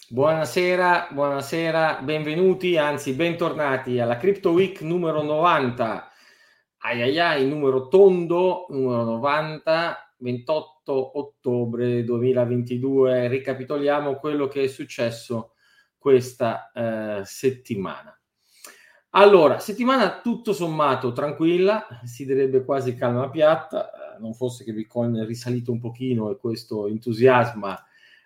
Buonasera, benvenuti, anzi bentornati alla Crypto Week numero 90. Numero tondo, numero 90, 28 ottobre 2022. Ricapitoliamo quello che è successo questa settimana. Allora, settimana tutto sommato tranquilla, si direbbe quasi calma piatta, non fosse che Bitcoin è risalito un pochino e questo entusiasma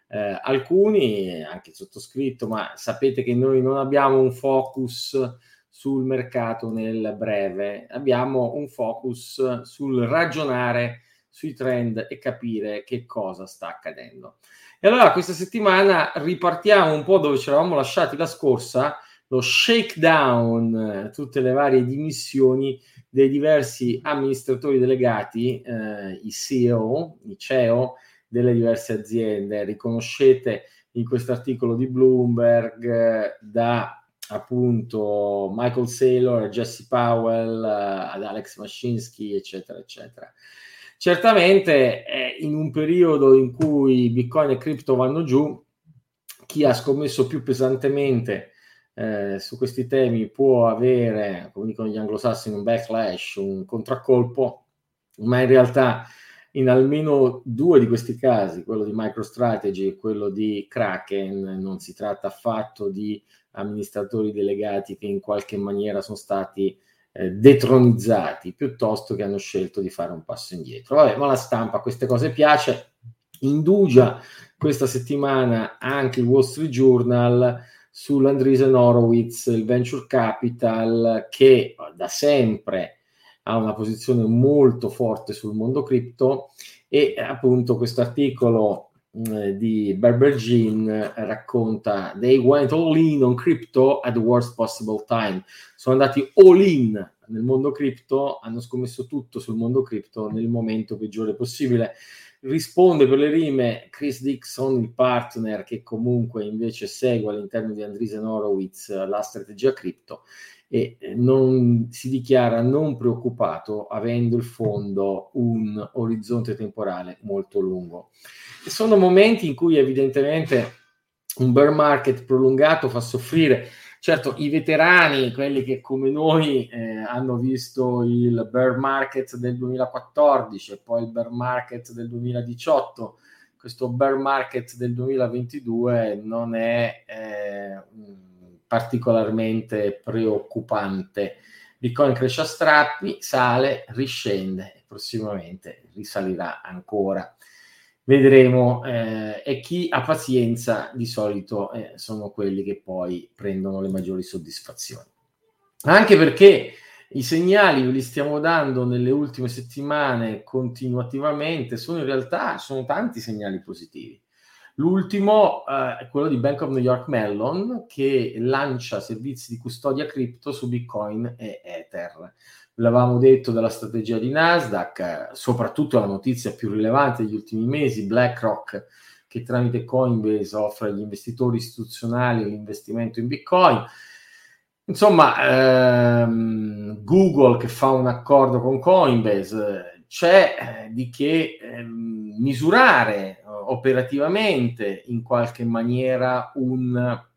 alcuni, anche il sottoscritto, ma sapete che noi non abbiamo un focus sul mercato nel breve, abbiamo un focus sul ragionare sui trend e capire che cosa sta accadendo. E allora questa settimana ripartiamo un po' dove ci eravamo lasciati la scorsa, lo shakedown, tutte le varie dimissioni dei diversi amministratori delegati, i CEO, i CEO delle diverse aziende. Riconoscete in questo articolo di Bloomberg da appunto Michael Saylor, Jesse Powell, ad Alex Mashinsky, eccetera, eccetera. Certamente in un periodo in cui Bitcoin e cripto vanno giù, chi ha scommesso più pesantemente su questi temi può avere, come dicono gli anglosassoni, un backlash, un contraccolpo, ma in realtà in almeno due di questi casi, quello di MicroStrategy e quello di Kraken, non si tratta affatto di amministratori delegati che in qualche maniera sono stati detronizzati, piuttosto che hanno scelto di fare un passo indietro. Vabbè, ma la stampa a queste cose piace. Indugia questa settimana anche il Wall Street Journal sull'Andreessen Horowitz, il venture capital, che da sempre ha una posizione molto forte sul mondo cripto, e appunto questo articolo di Berbergin racconta "They went all in on crypto at the worst possible time". Sono andati all in nel mondo cripto, hanno scommesso tutto sul mondo cripto nel momento peggiore possibile. Risponde per le rime Chris Dixon, il partner che comunque invece segue all'interno di Andreessen Horowitz la strategia cripto, e non si dichiara non preoccupato, avendo il fondo un orizzonte temporale molto lungo. E sono momenti in cui evidentemente un bear market prolungato fa soffrire. Certo, i veterani, quelli che come noi hanno visto il bear market del 2014 e poi il bear market del 2018, questo bear market del 2022 non è particolarmente preoccupante. Bitcoin cresce a strappi, sale, riscende e prossimamente risalirà ancora. Vedremo, e chi ha pazienza di solito sono quelli che poi prendono le maggiori soddisfazioni. Anche perché i segnali ve li stiamo dando nelle ultime settimane continuativamente, sono tanti segnali positivi. L'ultimo è quello di Bank of New York Mellon, che lancia servizi di custodia cripto su Bitcoin e Ether. L'avevamo detto della strategia di Nasdaq, soprattutto la notizia più rilevante degli ultimi mesi, BlackRock, che tramite Coinbase offre agli investitori istituzionali l'investimento in Bitcoin. Insomma, Google che fa un accordo con Coinbase, c'è di che misurare operativamente in qualche maniera una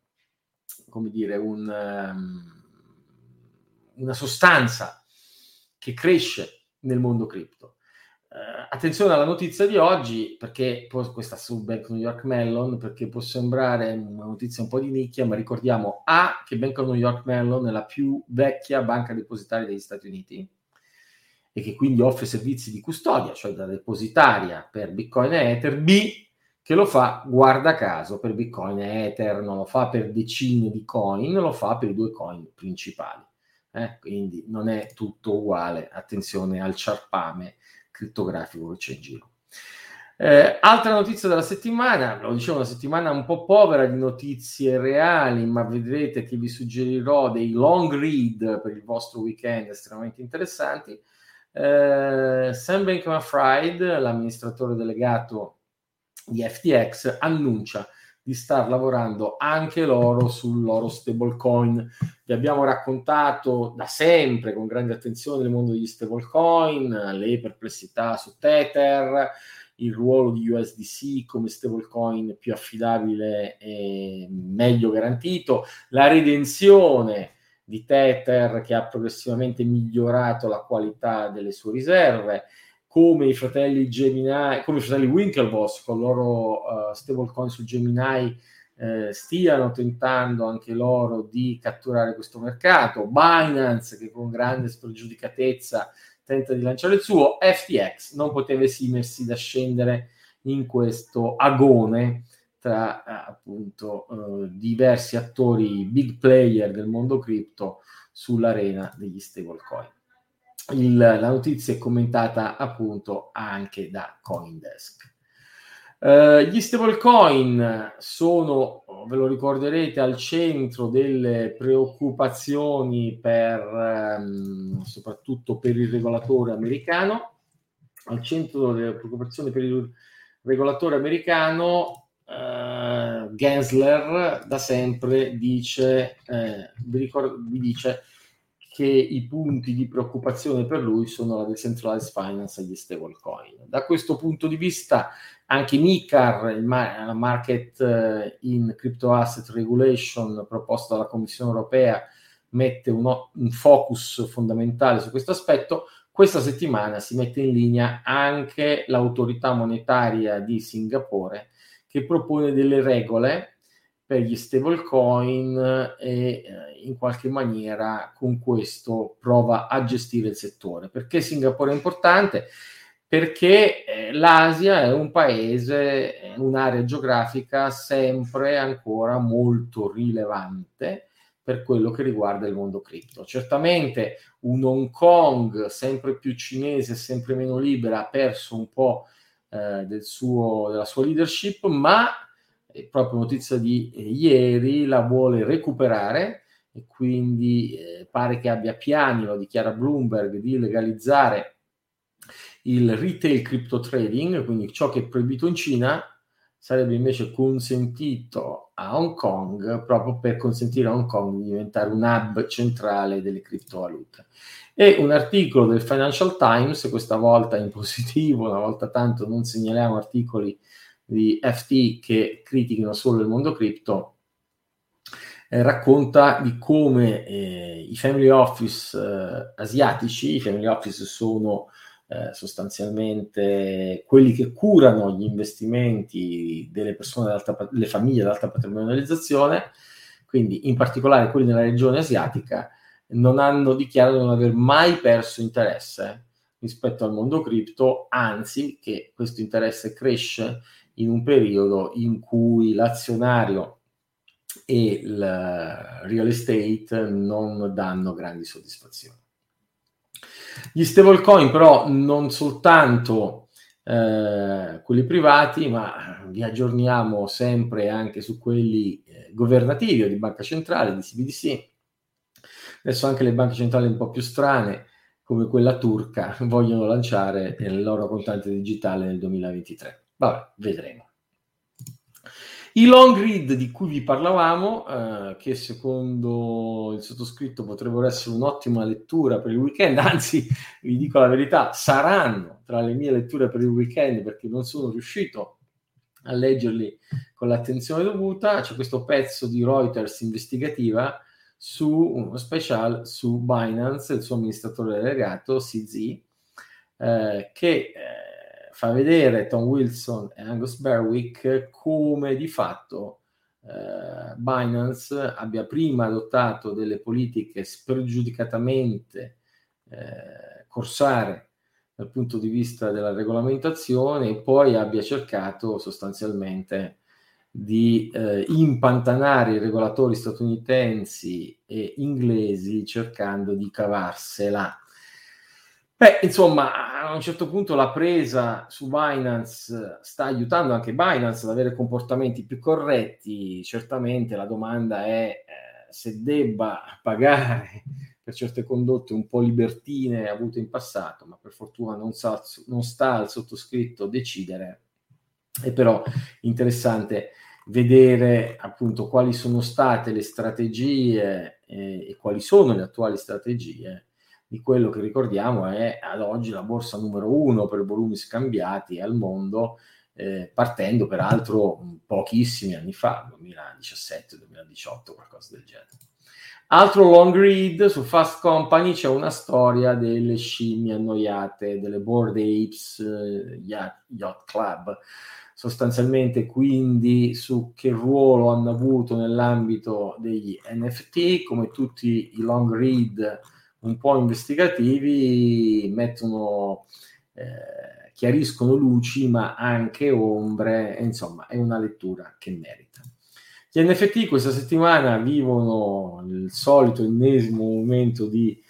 sostanza che cresce nel mondo cripto. Attenzione alla notizia di oggi, perché questa su Bank of New York Mellon, perché può sembrare una notizia un po' di nicchia, ma ricordiamo che Bank of New York Mellon è la più vecchia banca depositaria degli Stati Uniti e che quindi offre servizi di custodia, cioè da depositaria per Bitcoin e Ether, che lo fa, guarda caso, per Bitcoin e Ether, non lo fa per decine di coin, lo fa per i due coin principali. Quindi non è tutto uguale, attenzione al ciarpame crittografico che c'è in giro. Altra notizia della settimana, lo dicevo, una settimana un po' povera di notizie reali, ma vedrete che vi suggerirò dei long read per il vostro weekend estremamente interessanti. Sam Bankman-Fried, l'amministratore delegato di FTX, annuncia di star lavorando anche loro sul loro stablecoin. Vi abbiamo raccontato da sempre con grande attenzione il mondo degli stablecoin, le perplessità su Tether, il ruolo di USDC come stablecoin più affidabile e meglio garantito, la redenzione di Tether che ha progressivamente migliorato la qualità delle sue riserve, come i fratelli Gemini, come i fratelli Winklevoss con il loro stablecoin su Gemini stiano tentando anche loro di catturare questo mercato, Binance che con grande spregiudicatezza tenta di lanciare il suo, FTX non poteva esimersi da scendere in questo agone tra appunto diversi attori big player del mondo cripto sull'arena degli stablecoin. La notizia è commentata appunto anche da CoinDesk. Gli stablecoin sono, ve lo ricorderete, al centro delle preoccupazioni soprattutto per il regolatore americano. Al centro delle preoccupazioni per il regolatore americano, Gensler da sempre dice, vi dice che i punti di preoccupazione per lui sono la decentralized finance e gli stablecoin. Da questo punto di vista anche MiCAR, la Market in Crypto Asset Regulation proposta dalla Commissione Europea, mette un focus fondamentale su questo aspetto. Questa settimana si mette in linea anche l'autorità monetaria di Singapore che propone delle regole per gli stablecoin e in qualche maniera con questo prova a gestire il settore. Perché Singapore è importante? Perché l'Asia è un paese, un'area geografica sempre ancora molto rilevante per quello che riguarda il mondo cripto. Certamente un Hong Kong sempre più cinese, sempre meno libera, ha perso un po' della sua leadership, ma è proprio notizia di ieri la vuole recuperare e quindi pare che abbia piani, lo dichiara Bloomberg, di legalizzare il retail crypto trading, quindi ciò che è proibito in Cina sarebbe invece consentito a Hong Kong, proprio per consentire a Hong Kong di diventare un hub centrale delle criptovalute. E un articolo del Financial Times, questa volta in positivo, una volta tanto non segnaliamo articoli di FT che critichino solo il mondo cripto, racconta di come i family office asiatici, i family office sono sostanzialmente quelli che curano gli investimenti delle persone, delle famiglie ad alta patrimonializzazione, quindi in particolare quelli nella regione asiatica, non hanno dichiarato di non aver mai perso interesse rispetto al mondo cripto, anzi che questo interesse cresce in un periodo in cui l'azionario e il real estate non danno grandi soddisfazioni. Gli stablecoin però non soltanto quelli privati, ma vi aggiorniamo sempre anche su quelli governativi o di banca centrale, di CBDC. Adesso anche le banche centrali un po' più strane, come quella turca, vogliono lanciare il loro contante digitale nel 2023. Vabbè, vedremo. I long read di cui vi parlavamo, che secondo il sottoscritto potrebbero essere un'ottima lettura per il weekend, anzi, vi dico la verità, saranno tra le mie letture per il weekend perché non sono riuscito a leggerli con l'attenzione dovuta. C'è questo pezzo di Reuters investigativa su uno special su Binance, il suo amministratore delegato, CZ, che fa vedere Tom Wilson e Angus Berwick come di fatto Binance abbia prima adottato delle politiche spregiudicatamente corsare dal punto di vista della regolamentazione e poi abbia cercato sostanzialmente di impantanare i regolatori statunitensi e inglesi cercando di cavarsela. Beh, insomma, a un certo punto la presa su Binance sta aiutando anche Binance ad avere comportamenti più corretti. Certamente la domanda è se debba pagare per certe condotte un po' libertine avute in passato, ma per fortuna non sta al sottoscritto decidere. È però interessante vedere appunto quali sono state le strategie e quali sono le attuali strategie di quello che ricordiamo è ad oggi la borsa numero 1 per volumi scambiati al mondo, partendo peraltro pochissimi anni fa, 2017-2018, qualcosa del genere. Altro long read su Fast Company, c'è una storia delle scimmie annoiate, delle Bored Apes Yacht Club, sostanzialmente quindi su che ruolo hanno avuto nell'ambito degli NFT. Come tutti i long read un po' investigativi, chiariscono luci ma anche ombre, insomma è una lettura che merita. Gli NFT questa settimana vivono il solito ennesimo momento di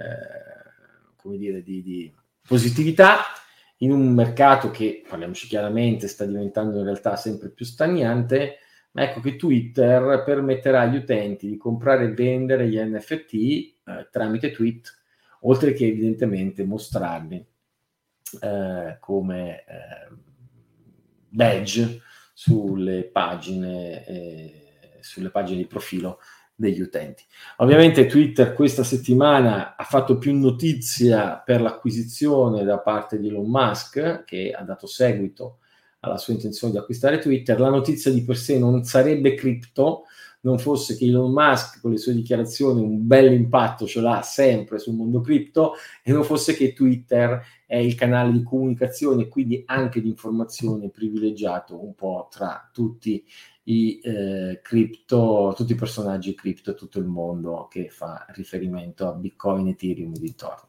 positività in un mercato che, parliamoci chiaramente, sta diventando in realtà sempre più stagnante, ma ecco che Twitter permetterà agli utenti di comprare e vendere gli NFT tramite tweet, oltre che evidentemente mostrarli come badge sulle pagine di profilo degli utenti. Ovviamente Twitter questa settimana ha fatto più notizia per l'acquisizione da parte di Elon Musk, che ha dato seguito alla sua intenzione di acquistare Twitter. La notizia di per sé non sarebbe cripto, non fosse che Elon Musk con le sue dichiarazioni un bel impatto ce l'ha sempre sul mondo cripto, e non fosse che Twitter è il canale di comunicazione e quindi anche di informazione privilegiato un po' tra tutti i tutti i personaggi cripto e tutto il mondo che fa riferimento a Bitcoin, Ethereum e dintorni.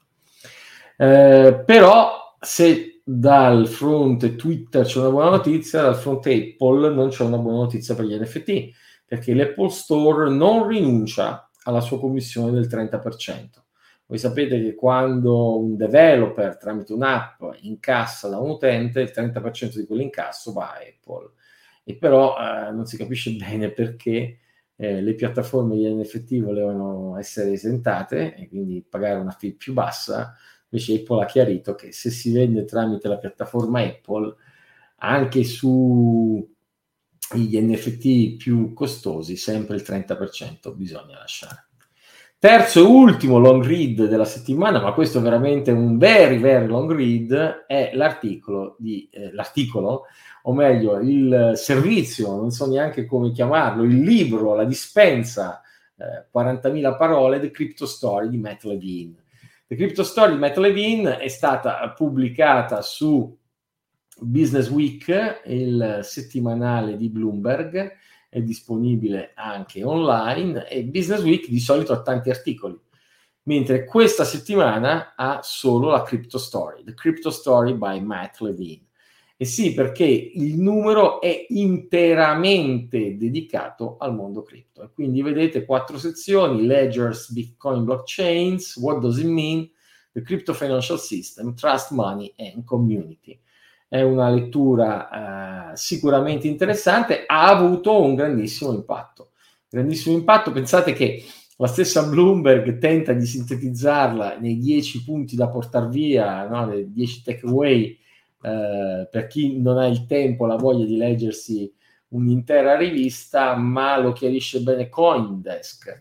Però se dal fronte Twitter c'è una buona notizia, dal fronte Apple non c'è una buona notizia per gli NFT, perché l'Apple Store non rinuncia alla sua commissione del 30%. Voi sapete che quando un developer tramite un'app incassa da un utente, il 30% di quell'incasso va a Apple. E però non si capisce bene perché le piattaforme di NFT volevano essere esentate e quindi pagare una fee più bassa. Invece Apple ha chiarito che se si vende tramite la piattaforma Apple, anche su gli NFT più costosi, sempre il 30% bisogna lasciare. Terzo e ultimo long read della settimana, ma questo è veramente un very very long read, è l'articolo, o meglio il servizio, non so neanche come chiamarlo, il libro, la dispensa, 40.000 parole, The Crypto Story di Matt Levine. The Crypto Story di Matt Levine è stata pubblicata su Business Week, il settimanale di Bloomberg, è disponibile anche online, e Business Week di solito ha tanti articoli, mentre questa settimana ha solo la Crypto Story, The Crypto Story by Matt Levine. E sì, perché il numero è interamente dedicato al mondo cripto. E quindi vedete 4 sezioni: Ledgers, Bitcoin, Blockchains, What Does It Mean, The Crypto Financial System, Trust, Money and Community. È una lettura sicuramente interessante, ha avuto un grandissimo impatto. Pensate che la stessa Bloomberg tenta di sintetizzarla nei 10 punti da portare via, no? Nei 10 takeaway, per chi non ha il tempo, la voglia di leggersi un'intera rivista, ma lo chiarisce bene CoinDesk.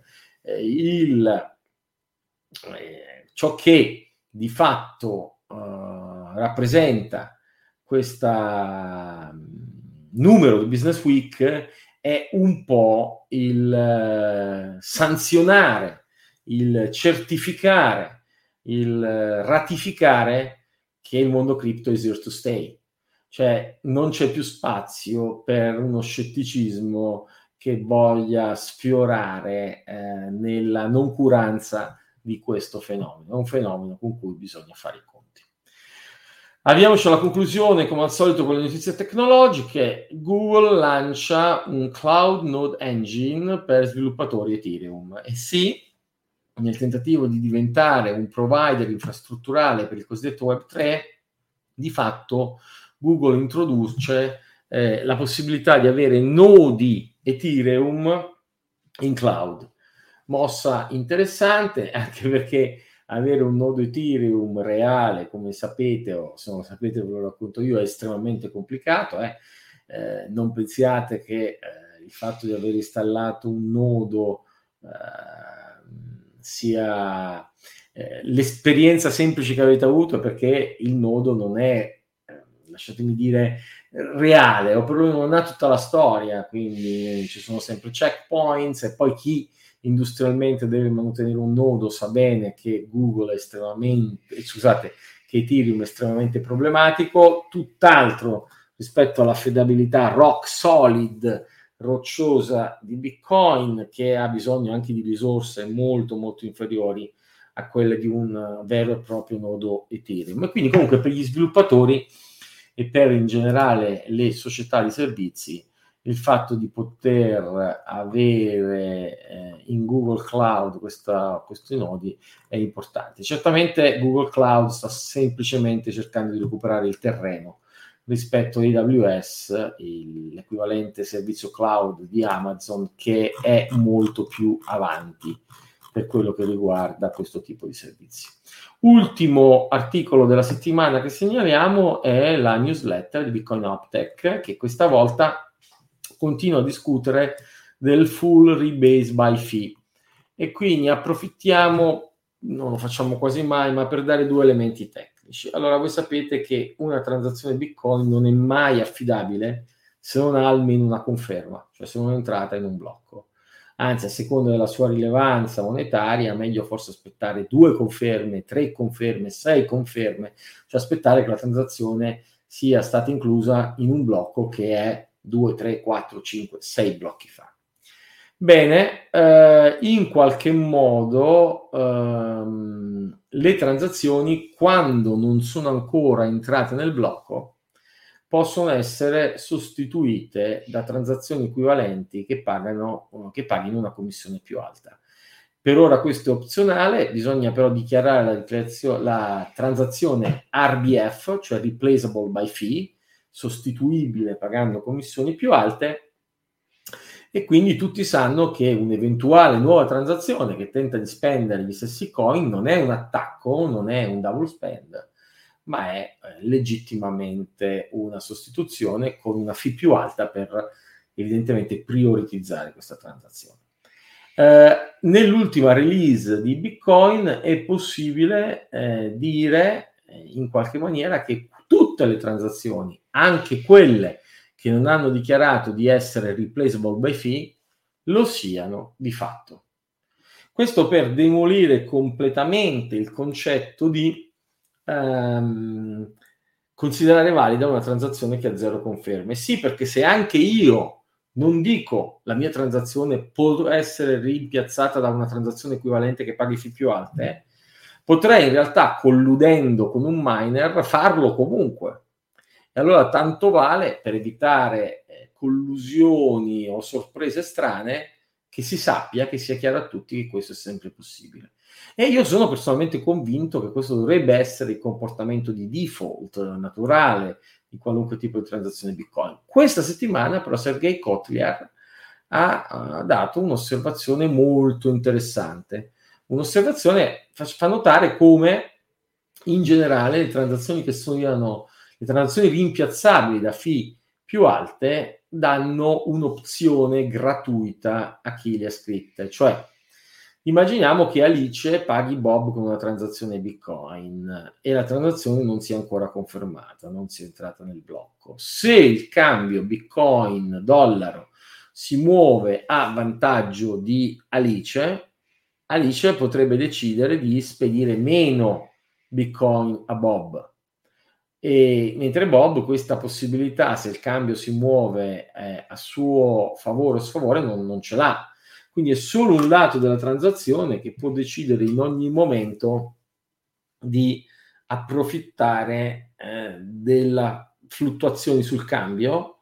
Ciò che di fatto rappresenta questo numero di Business Week è un po' il sanzionare, il certificare, il ratificare che il mondo cripto è here to stay. Cioè non c'è più spazio per uno scetticismo che voglia sfiorare nella noncuranza di questo fenomeno. È un fenomeno con cui bisogna fare i conti. Avviamoci alla conclusione, come al solito, con le notizie tecnologiche. Google lancia un Cloud Node Engine per sviluppatori Ethereum. E sì, nel tentativo di diventare un provider infrastrutturale per il cosiddetto Web3, di fatto Google introduce la possibilità di avere nodi Ethereum in cloud. Mossa interessante, anche perché avere un nodo Ethereum reale, come sapete, o se non lo sapete ve lo racconto io, è estremamente complicato. Non pensiate che il fatto di aver installato un nodo sia l'esperienza semplice che avete avuto, perché il nodo non è, lasciatemi dire, reale, o perlomeno non ha tutta la storia, quindi ci sono sempre checkpoints, e poi chi industrialmente deve mantenere un nodo sa bene che Google è che Ethereum è estremamente problematico, tutt'altro rispetto all'affidabilità rock solid, rocciosa di Bitcoin, che ha bisogno anche di risorse molto molto inferiori a quelle di un vero e proprio nodo Ethereum. E quindi comunque per gli sviluppatori e per in generale le società di servizi, il fatto di poter avere in Google Cloud questi nodi è importante. Certamente Google Cloud sta semplicemente cercando di recuperare il terreno rispetto a AWS, l'equivalente servizio cloud di Amazon, che è molto più avanti per quello che riguarda questo tipo di servizi. Ultimo articolo della settimana che segnaliamo è la newsletter di Bitcoin Optech, che questa volta continua a discutere del full rebase by fee, e quindi approfittiamo, non lo facciamo quasi mai, ma per dare due elementi tecnici. Allora, voi sapete che una transazione Bitcoin non è mai affidabile se non ha almeno una conferma, cioè se non è entrata in un blocco. Anzi, a seconda della sua rilevanza monetaria, meglio forse aspettare 2 conferme, 3 conferme, 6 conferme, cioè aspettare che la transazione sia stata inclusa in un blocco che è 2, 3, 4, 5, 6 blocchi fa. Bene, in qualche modo le transazioni, quando non sono ancora entrate nel blocco, possono essere sostituite da transazioni equivalenti che paghino una commissione più alta. Per ora questo è opzionale, bisogna però dichiarare la transazione RBF, cioè Replaceable by Fee, sostituibile pagando commissioni più alte, e quindi tutti sanno che un'eventuale nuova transazione che tenta di spendere gli stessi coin non è un attacco, non è un double spend, ma è legittimamente una sostituzione con una fee più alta per evidentemente prioritizzare questa transazione. Nell'ultima release di Bitcoin è possibile dire in qualche maniera che tutte le transazioni, anche quelle che non hanno dichiarato di essere replaceable by fee, lo siano di fatto. Questo per demolire completamente il concetto di considerare valida una transazione che ha 0 conferme. Sì, perché se anche io non dico la mia transazione può essere rimpiazzata da una transazione equivalente che paghi fee più alte, potrei in realtà, colludendo con un miner, farlo comunque. E allora tanto vale, per evitare collusioni o sorprese strane, che si sappia, che sia chiaro a tutti che questo è sempre possibile. E io sono personalmente convinto che questo dovrebbe essere il comportamento di default naturale di qualunque tipo di transazione Bitcoin. Questa settimana però Sergei Kotliar ha dato un'osservazione molto interessante. Un'osservazione fa notare come in generale le transazioni le transazioni rimpiazzabili da fee più alte danno un'opzione gratuita a chi le ha scritte. Cioè, immaginiamo che Alice paghi Bob con una transazione Bitcoin e la transazione non sia ancora confermata, non sia entrata nel blocco. Se il cambio Bitcoin-dollaro si muove a vantaggio di Alice potrebbe decidere di spedire meno Bitcoin a Bob. E mentre Bob questa possibilità, se il cambio si muove a suo favore o sfavore, non ce l'ha. Quindi è solo un lato della transazione che può decidere in ogni momento di approfittare della fluttuazioni sul cambio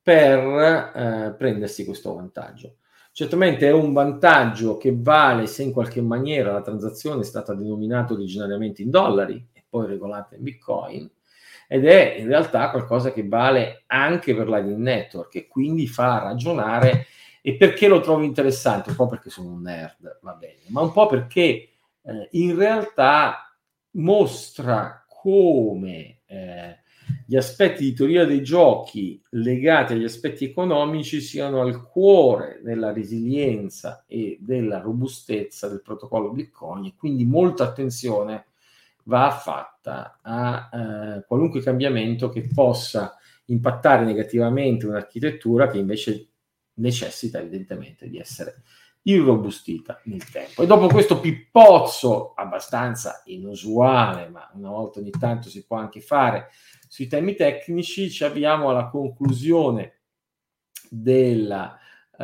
per prendersi questo vantaggio. Certamente è un vantaggio che vale se in qualche maniera la transazione è stata denominata originariamente in dollari e poi regolata in Bitcoin, ed è in realtà qualcosa che vale anche per Lightning Network, e quindi fa ragionare. E perché lo trovo interessante? Un po' perché sono un nerd, va bene, ma un po' perché in realtà mostra come gli aspetti di teoria dei giochi legati agli aspetti economici siano al cuore della resilienza e della robustezza del protocollo Bitcoin, e quindi molta attenzione va fatta a qualunque cambiamento che possa impattare negativamente un'architettura che invece necessita evidentemente di essere irrobustita nel tempo. E dopo questo pippozzo abbastanza inusuale, ma una volta ogni tanto si può anche fare sui temi tecnici, ci avviamo alla conclusione della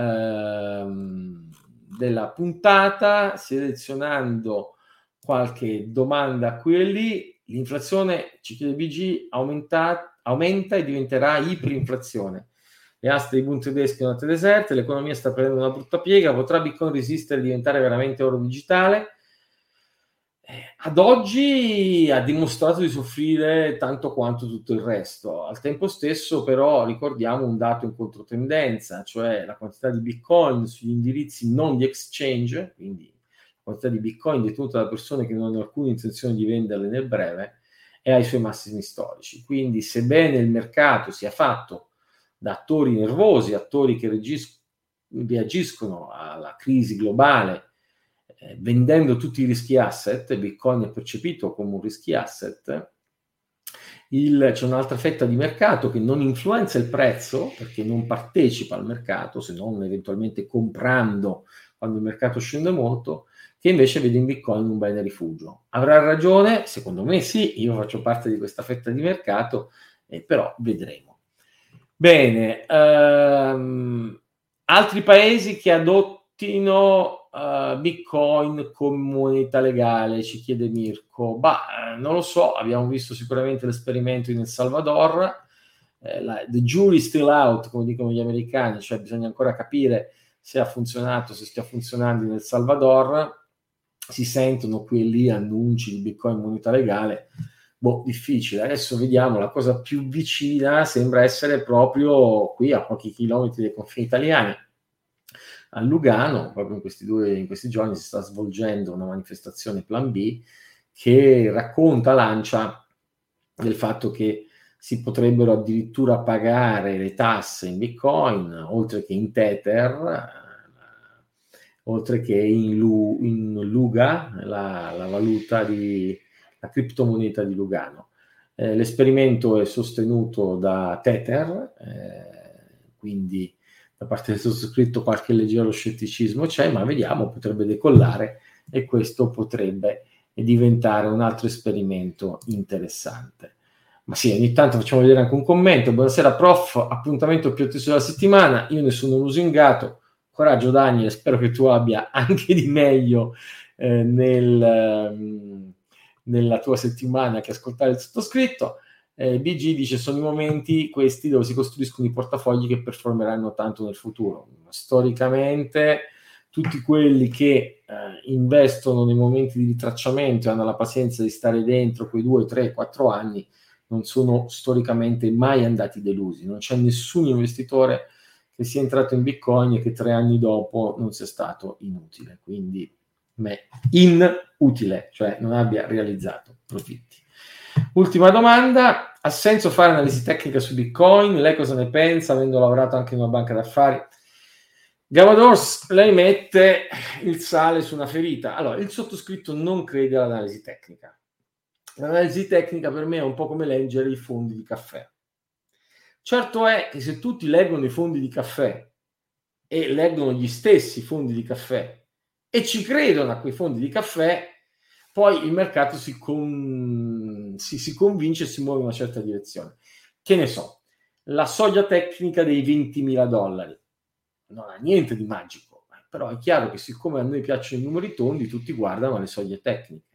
puntata, selezionando qualche domanda qui e lì. L'inflazione, ci chiede BG, aumenta e diventerà iperinflazione. Le aste di Bund tedesche sono notte deserte, l'economia sta prendendo una brutta piega, potrà Bitcoin resistere e diventare veramente oro digitale? Ad oggi ha dimostrato di soffrire tanto quanto tutto il resto. Al tempo stesso, però, ricordiamo un dato in controtendenza, cioè la quantità di Bitcoin sugli indirizzi non di exchange, quindi la quantità di Bitcoin detenuta da persone che non hanno alcuna intenzione di venderle nel breve, è ai suoi massimi storici. Quindi, sebbene il mercato sia fatto da attori nervosi, attori che reagiscono alla crisi globale, vendendo tutti i rischi asset, Bitcoin è percepito come un rischi asset, c'è un'altra fetta di mercato che non influenza il prezzo perché non partecipa al mercato, se non eventualmente comprando quando il mercato scende molto, che invece vede in Bitcoin un bene rifugio. Avrà ragione? Secondo me sì, io faccio parte di questa fetta di mercato, però vedremo. Bene, altri paesi che adottino Bitcoin come moneta legale, ci chiede Mirko. Non lo so, abbiamo visto sicuramente l'esperimento in El Salvador, the jury is still out, come dicono gli americani, cioè bisogna ancora capire se ha funzionato, se stia funzionando in El Salvador. Si sentono qui e lì annunci di Bitcoin moneta legale, difficile. Adesso vediamo, la cosa più vicina sembra essere proprio qui a pochi chilometri dai confini italiani, a Lugano. Proprio in questi giorni si sta svolgendo una manifestazione Plan B che lancia del fatto che si potrebbero addirittura pagare le tasse in Bitcoin, oltre che in Tether, oltre che in Luga, la valuta la criptomoneta di Lugano. L'esperimento è sostenuto da Tether, quindi da parte del sottoscritto qualche leggero scetticismo c'è, ma vediamo, potrebbe decollare e questo potrebbe diventare un altro esperimento interessante. Ma sì, ogni tanto facciamo vedere anche un commento. Buonasera prof, appuntamento più atteso della settimana, io ne sono lusingato. Coraggio Daniel, spero che tu abbia anche di meglio nella tua settimana che ascoltare il sottoscritto. BG dice: sono i momenti questi dove si costruiscono i portafogli che performeranno tanto nel futuro. Storicamente tutti quelli che investono nei momenti di ritracciamento e hanno la pazienza di stare dentro quei 2, 3, 4 anni non sono storicamente mai andati delusi. Non c'è nessun investitore che sia entrato in Bitcoin e che 3 anni dopo non sia stato inutile, quindi inutile, cioè non abbia realizzato profitti. Ultima domanda: ha senso fare analisi tecnica su Bitcoin? Lei cosa ne pensa, avendo lavorato anche in una banca d'affari? Gavadors, lei mette il sale su una ferita. Allora, il sottoscritto non crede all'analisi tecnica. L'analisi tecnica per me è un po' come leggere i fondi di caffè. Certo è che se tutti leggono i fondi di caffè e leggono gli stessi fondi di caffè e ci credono a quei fondi di caffè, poi il mercato si convince e si muove in una certa direzione. Che ne so, la soglia tecnica dei $20.000 non ha niente di magico, però è chiaro che siccome a noi piacciono i numeri tondi, tutti guardano alle soglie tecniche.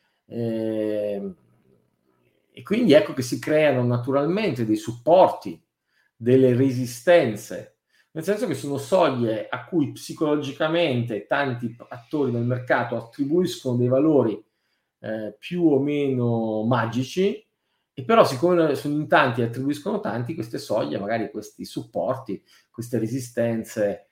E quindi ecco che si creano naturalmente dei supporti, delle resistenze, nel senso che sono soglie a cui psicologicamente tanti attori del mercato attribuiscono dei valori più o meno magici, e però siccome sono in tanti e attribuiscono tanti, queste soglie, magari questi supporti, queste resistenze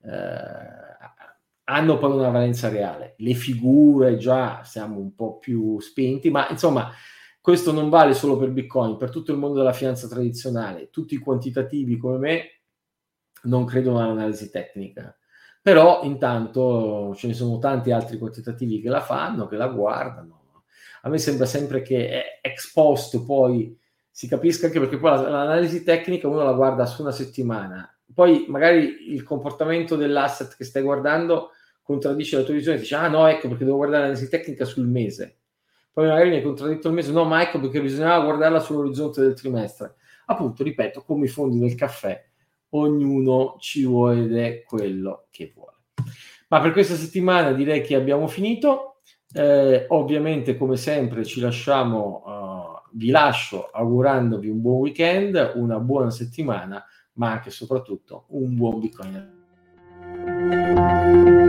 hanno poi una valenza reale. Le figure già siamo un po' più spinti, ma insomma Questo non vale solo per Bitcoin, per tutto il mondo della finanza tradizionale. Tutti i quantitativi come me non credono all'analisi tecnica, però intanto ce ne sono tanti altri quantitativi che la fanno, che la guardano. A me sembra sempre che ex post poi si capisca, anche perché poi l'analisi tecnica uno la guarda su una settimana, poi magari il comportamento dell'asset che stai guardando contraddice la tua visione, dici no, ecco perché devo guardare l'analisi tecnica sul mese, poi magari mi hai contraddetto il mese, no, ma ecco perché bisognava guardarla sull'orizzonte del trimestre. Appunto, ripeto, come i fondi del caffè, ognuno ci vuole quello che vuole. Ma per questa settimana direi che abbiamo finito. Ovviamente, come sempre, ci lasciamo, vi lascio augurandovi un buon weekend, una buona settimana, ma anche e soprattutto un buon Bitcoin.